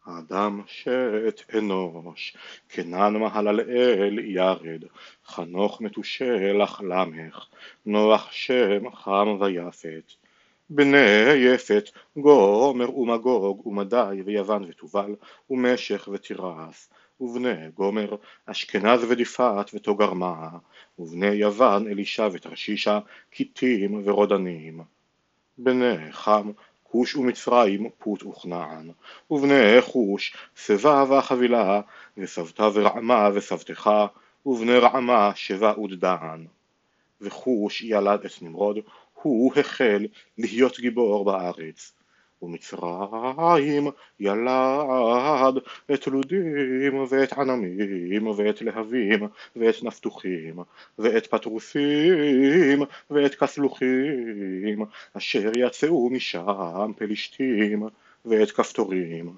האדם שאת אנוש, כנען מהללאל ירד, חנוך מתושלח למך, נוח שם חם ויפת. בני יפת, גומר ומגוג ומדי ויוון ותובל, ומשך ותירס, ובני גומר, אשכנז ודיפת ותוגרמה, ובני יוון אלישע ותרשישה, כיתים ורודנים. בני חם, כוש ומצרים, פוט וכנען, ובני חוש, סבא והחבילה, וסבתה ורעמה וסבתך, ובני רעמה שבע ודדן. וחוש ילד את נמרוד, הוא החל להיות גיבור בארץ. ומצרים ילד את לודים ואת ענמים ואת להבים ואת נפתוחים ואת פטרוסים ואת כסלוחים, אשר יצאו משם פלישתים ואת כפתורים.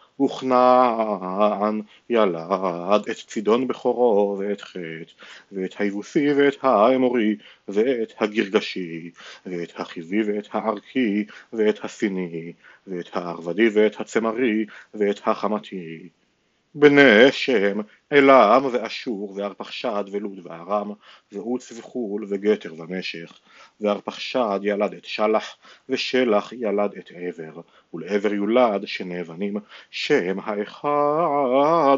וכנען ילד את צידון בכורו ואת חטא ואת היבוסי ואת האמורי ואת הגרגשי ואת החיבי ואת הערכי ואת הסיני ואת הערבדי ואת הצמרי ואת החמתי. בני שם, אלם ואשור וארפחשד ולוד וארם ועוץ וחול וגתר ומשך. וארפחשד ילד את שלח, ושלח ילד את עבר, ולעבר יולד שני בנים, שם האחד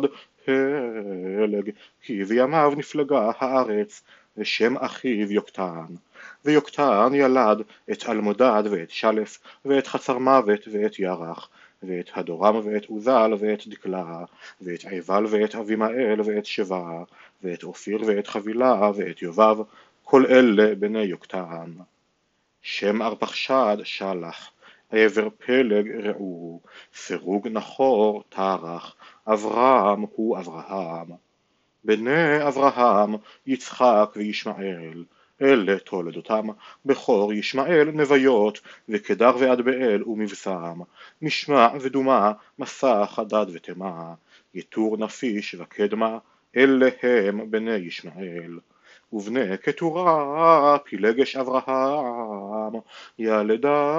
פלג, כי בימיו נפלגה הארץ, ושם אחיו יוקטן. ויוקטן ילד את אלמודד ואת שלף ואת חצר מוות ואת ירח, ואת הדורם ואת עוזל ואת דקלה, ואת עיבל ואת אבימאל ואת שבע, ואת אופיר ואת חבילה ואת יובב, כל אלה בני יוקטן. שם ארפחשד שלח, עבר פלג רעו, סירוג נחור תרח, אברהם הוא אברהם. בני אברהם יצחק וישמעאל, אלה תולדותם, בכור ישמעאל נביות, וקדר ואדבאל ומבשם, משמע ודומה, מסע חדד ותמה, יתור נפיש וקדמה, אלה הם בני ישמעאל. ובני כתורה פילגש אברהם, ילדה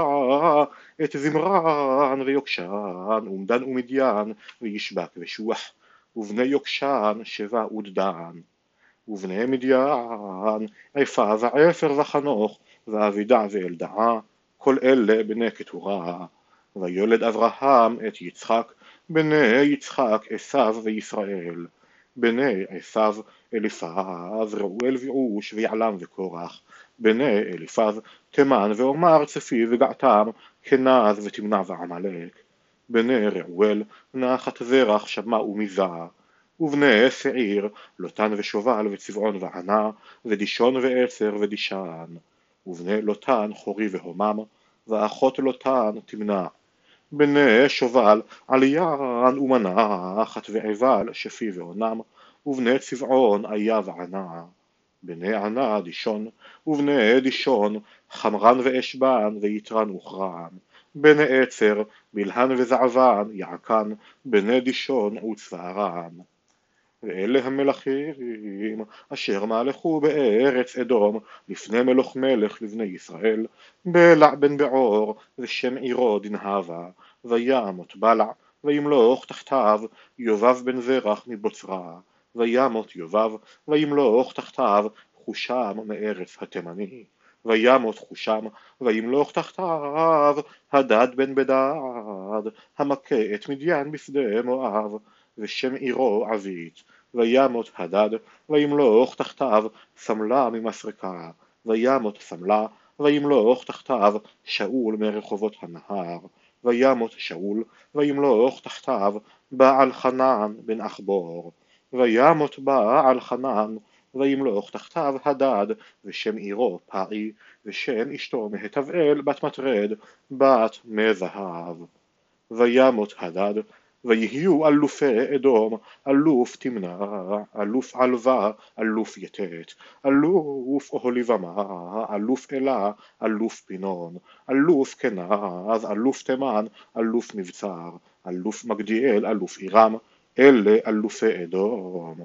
את זמרן ויוקשן, ומדן ומדיין וישבק ושוח. ובני יוקשן שבע ודדן. ובני מדיין עפה ועפר וחנוך ואבידע ואלדעה, כל אלה בני כתורה. ויולד אברהם את יצחק, בני יצחק עשיו וישראל. בני עשיו אליפז, רעואל ויעוש ויעלם וקורח. בני אליפז תימן ועומר צפי וגעתם, כנז ותמנע ועמלק. בני רעואל נחת זרח שמע ומיזה. ובני שעיר לוטן ושובל וצבעון וענה, ודישון ועצר ודישן. ובני לוטן חורי והומם, ואחות לוטן תמנע. בני שובל עליין ומנחת ועיבל שפי ועונם, ובני צבעון איה וענה. בני ענה דישון, ובני דישון חמרן ואשבן ויתרן וכרען. בני עצר בלהן וזעבן יעקן, בני דישון עוץ וערן. ואלה המלכים אשר מלכו בארץ אדום לפני מלוך מלך לבני ישראל, בלע בן בעור ושם עירו דנהבה, וימות בלע וימלוך תחתיו יובב בן זרח מבוצרה, וימות יובב וימלוך תחתיו חושם מארץ התימני, וימות חושם וימלוך תחתיו הדד בן בדד המכה את מדיין בשדה מואב, ושם עירו עבית. וימות הדד וימלוך תחתיו סמלה ממסרקה, וימות סמלה וימלוך תחתיו שאול מרחובות הנהר, וימות שאול וימלוך תחתיו בעל חנן בן אחבור, וימות בעל חנן וימלוך תחתיו הדד, ושם עירו פאי, ושם אשתו מהתבאל בת מטרד בת מזהב. וימות הדד ויהיו אלופי אדום, אלוף תמנע, אלוף עלווה, אלוף יתת, אלוף אוהליבמה, אלוף אלה, אלוף פינון, אלוף כנז, אלוף תימן, אלוף מבצר, אלוף מגדיאל, אלוף עירם, אלה אלופי אדום.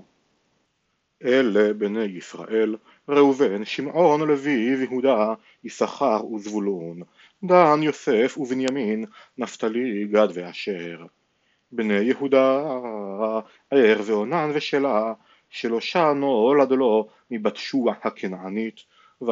אלה בני ישראל, ראובן, שמעון, לוי ויהודה, יששכר וזבולון, דן, יוסף ובנימין, נפתלי, גד ואשר. בני יהודה, ער ועונן ושלה, שלושה נולד לו מבת שוע הכנענית,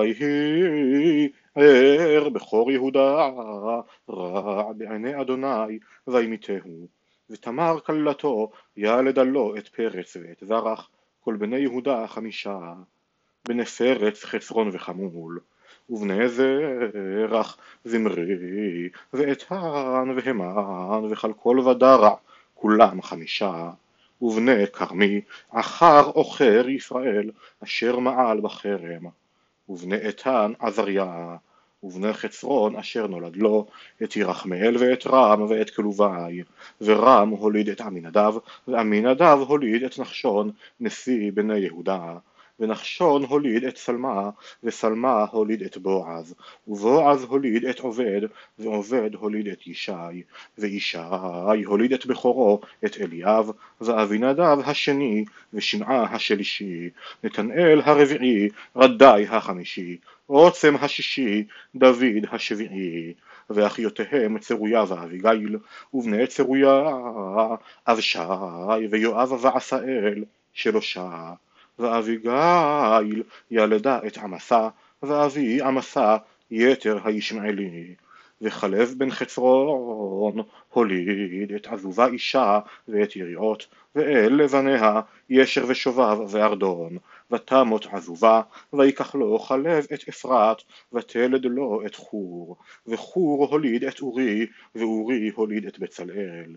ויהי ער בכור יהודה, רע בעיני אדוני, וימיתהו. ותמר כלתו ילדה לו את פרץ ואת זרח, כל בני יהודה 5, בני פרץ חצרון וחמול, ובני זרח זמרי ואתן והמן וכלכל ודרע, כולם 5, ובני כרמי אחר עוכר ישראל אשר מעל בחרם, ובני אתן עזריה, ובני חצרון אשר נולד לו את ירחמאל ואת רם ואת כלובי, ורם הוליד את עמינדב, ועמינדב הוליד את נחשון נשיא בני יהודה, ונחשון הוליד את סלמה, וסלמה הוליד את בועז, ובועז הוליד את עובד, ועובד הוליד את ישי, וישי הוליד את בכורו את אליאב, ואבינדב השני, ושמעה השלישי, נתנאל הרביעי, רדי החמישי, עוצם השישי, דוד השביעי, ואחיותיהם צרויה ואביגיל, ובני צרויה אבשי ויואב ועשאל 3, ואביגיל ילדה את עמסה, ואבי עמסה יתר הישמעאלי, וכלב בן חצרון הוליד את עזובה אישה ואת יריעות, ואל לבניה ישר ושובב וארדון, ותמות עזובה, ויקח לו חלב את אפרת, ותלד לו את חור, וחור הוליד את אורי, ואורי הוליד את בצלאל.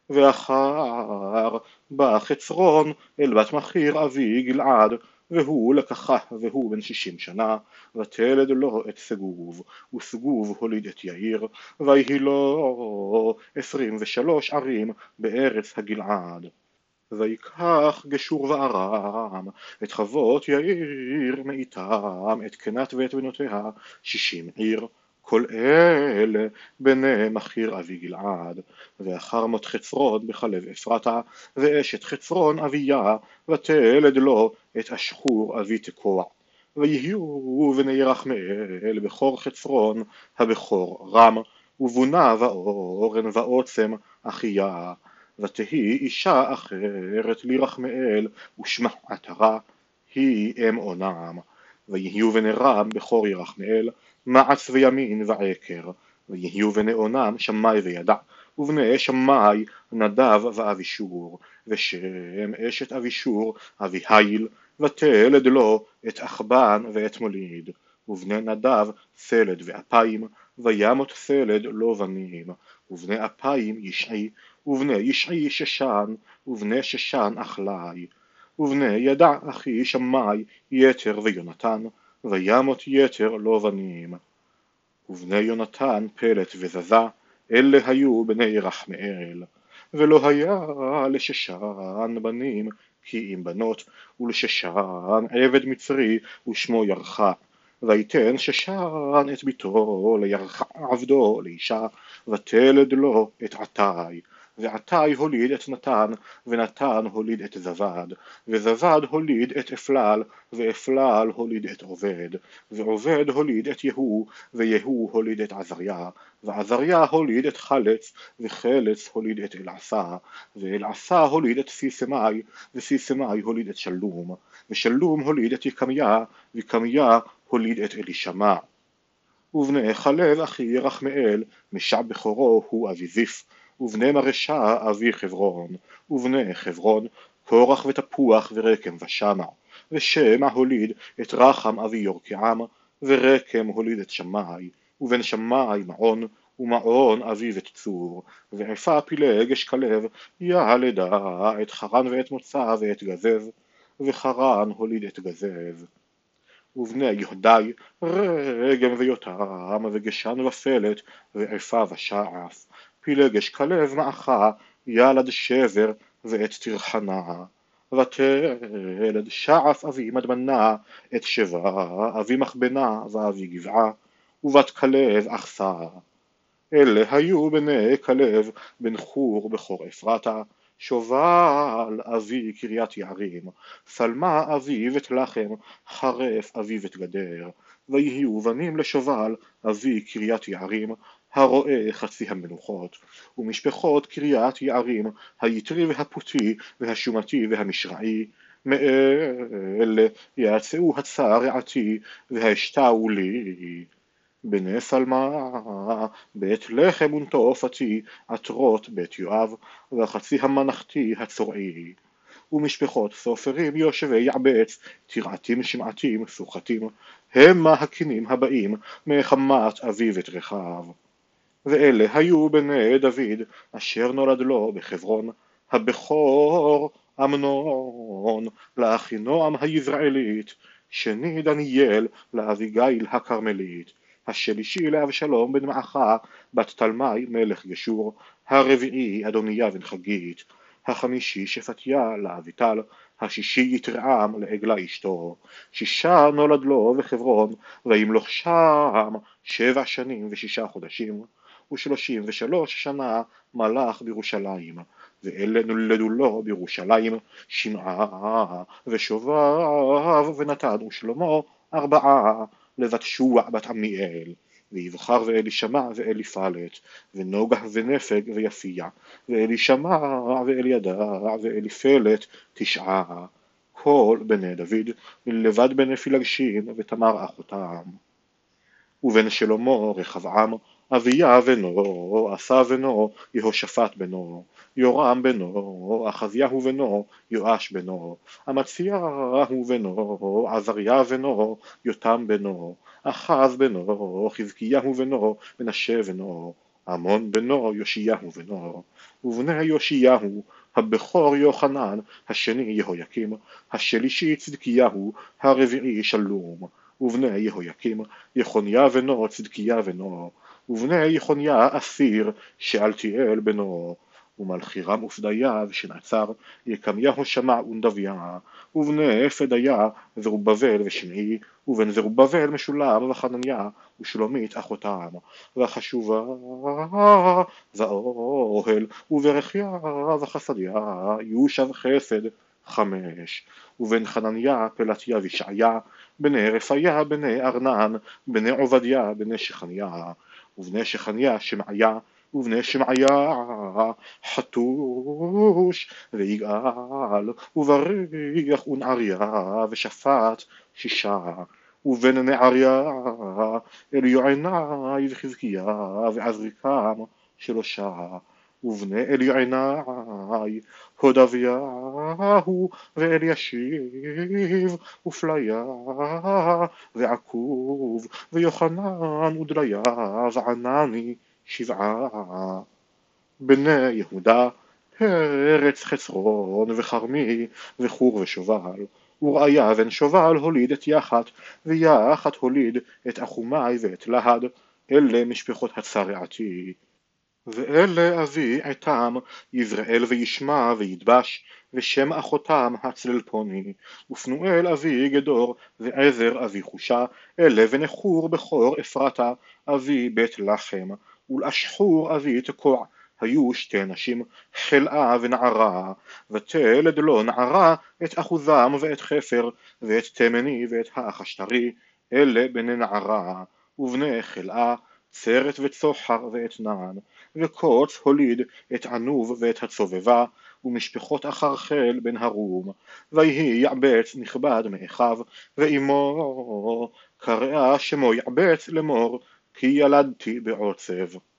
ואחר בא חצרון אל בת מחיר אבי גלעד, והוא לקחה, והוא בן 60 שנה, ותלד לו את סגוב, וסגוב הוליד את יאיר, ויהי לו 23 ערים בארץ הגלעד. ויקח גשור וארם את חוות יאיר מאיתם, את קנת ואת בנותיה 60 עיר, כל אלה בני מחיר אבי גלעד. ואחר מות חצרון בחלב אפרתה, ואשת חצרון אביה, ותלד לו את אשחור אבי תקוע. ויהיו בני ירחמאל בכור חצרון הבכור רם, ובונה ואורן ועוצם אחיה, ותהי אישה אחרת לירחמאל ושמה עטרה, היא אם עונם. ויהיו בני רם בכור ירחמאל, מעץ וימין ועקר, ויהיו בני עונם שמאי וידע, ובני שמאי נדב ואבישור, ושם אשת אבישור אביהיל, ותלד לו את אחבן ואת מוליד, ובני נדב סלד ואפיים, וימות סלד לו בנים, ובני אפיים ישעי, ובני ישעי ששן, ובני ששן אחלי, ובני ידע אחי שמאי יתר ויונתן, וימות יתר לו בנים, ובני יונתן פלט וזזה, אלה היו בני ירחמאל. ולא היה לששן בנים כי אם בנות, ולששן עבד מצרי ושמו ירחה, ויתן ששן את ביתו לירחה עבדו לאישה, ותלד לו את עתי, ועתי הוליד את נתן, ונתן הוליד את זבד, וזבד הוליד את אפלל, ואפלל הוליד את עובד, ועובד הוליד את יהוא, ויהוא הוליד את עזריה, ועזריה הוליד את חלץ, וחלץ הוליד את אלעשה, ואלעשה הוליד את סיסמאי, וסיסמאי הוליד את שלום, ושלום הוליד את יקמיה, ויקמיה הוליד את אלישמע. ובני חלב אחי ירחמאל, משע בכורו הוא אבי זיף, ובני מרשה אבי חברון, ובני חברון קורח ותפוח ורקם ושמה, ושמה הוליד את רחם אבי יורקעם, ורקם הוליד את שמאי, ובן שמאי מעון, ומעון אבי את צור, ועפה פילג אשכלב ילדה את חרן ואת מוצא ואת גזז, וחרן הוליד את גזז. ובני יהודי רגם ויותם וגשן ופלט ועפה ושעף, פילג אשכלב מאחה ילד שבר ואת תרחנה, ותלד שעף אבי מדמנה את שבה אבי מחבנה ואבי גבעה, ובת כלב אכסה. אלה היו בני כלב בן חור בכור אפרתה, שובל אבי קריית יערים, סלמה אבי בית לחם, חרף אבי בית גדר. ויהיו בנים לשובל אבי קריית יערים, הרואה חצי המנוחות, ומשפחות קריית יערים, היתרי והפותי, והשומתי והמשרעי, מאלה יעצאו הצער רעתי, והשתאו לי. בני סלמה, בית לחם ונטופתי, עטרות בית יואב, והחצי המנחתי הצורעי. ומשפחות סופרים יושבי יעבץ, תרעתים שמעתים סוחתים, המה הקינים הבאים מחמת אביו את רחב. ואלה היו בני דוד אשר נולד לו בחברון, הבכור אמנון לאחינועם היזרעאלית, שני דניאל לאביגיל הכרמלית, השלישי לאבשלום בן מעכה בת תלמי מלך גשור, הרביעי אדוניה בן חגית, החמישי שפטיה לאביטל, השישי יתרעם לעגלה אשתו. שישה נולד לו בחברון, וימלוך שם 7 שנים ו6 חודשים, ו33 שנה מלך בירושלים. ואלה נולדו לו בירושלים, שמעה ושובב ונתן ושלמה 4, לבת שוע בת עמיאל, ויבחר ואלישמע ואליפלת, ונוגח ונפג ויפיע, ואלישמע ואלידע ואליפלת 9, כל בני דוד, מלבד בני פילגשים ותמר אחותם. ובן שלמה רחבעם, אביה בנו, עשה בנו, יהושפט בנו, יורם בנו, אחזיהו בנו, יואש בנו, אמציהו בנו, עזריה בנו, יותם בנו, אחז בנו, חזקיהו בנו, מנשה בנו, עמון בנו, יאשיהו בנו. ובני יאשיהו, הבכור יוחנן, השני יהויקים, השלישי צדקיהו, הרביעי שלום. ובני יהויקים, יחוניה בנו, צדקיה בנו. ובני יחוניה אסיר, שאלתיאל בנו. ומלכירם ופדיה ושנעצר, יקמיהו שמע ונדביה. ובני פדיה זרובבל ושמעי, ובן זרובבל משולם וחנניה ושלומית אחותם. והחשובה ואוהל, וברכיה וחסדיה, יושב חסד 5. ובן חנניה פלטיה וישעיה, בני רפיה, בני ארנן, בני עובדיה, בני שכניה. ובני שכניה שמעיה, ובני שמעיה חתוש ויגאל, ובריח ונעריה ושפט 6. ובן נעריה אליוענאי וחזקיה ועזריקם 3. ובני אליוענאי הודוויהו ואלישיב ופליה ועקוב ויוחנן ודליה וענני 7. בני יהודה פרץ חצרון וחרמי וחור ושובל, ורעיה בן שובל הוליד את יחת, ויחת הוליד את אחומי ואת להד, אלה משפחות הצרעתי. ואלה אבי עתם, יזרעאל וישמע וידבש, ושם אחותם הצללפוני, ופנואל אבי גדור, ועזר אבי חושה, אלה ונחור בכור אפרתה, אבי בית לחם, ולאשחור אבי תקוע, היו 2 נשים, חלאה ונערה, ותלד לו נערה את אחוזם ואת חפר, ואת תמני ואת האחשתרי, אלה בני נערה, ובני חלאה, צרת וצוחר ואת נען, וקוץ הוליד את ענוב ואת הצובבה, ומשפחות אחר חל בן הרום, ויהי יעבץ נכבד מאחיו, ואמו קראה שמו יעבץ לאמור, כי ילדתי בעוצב.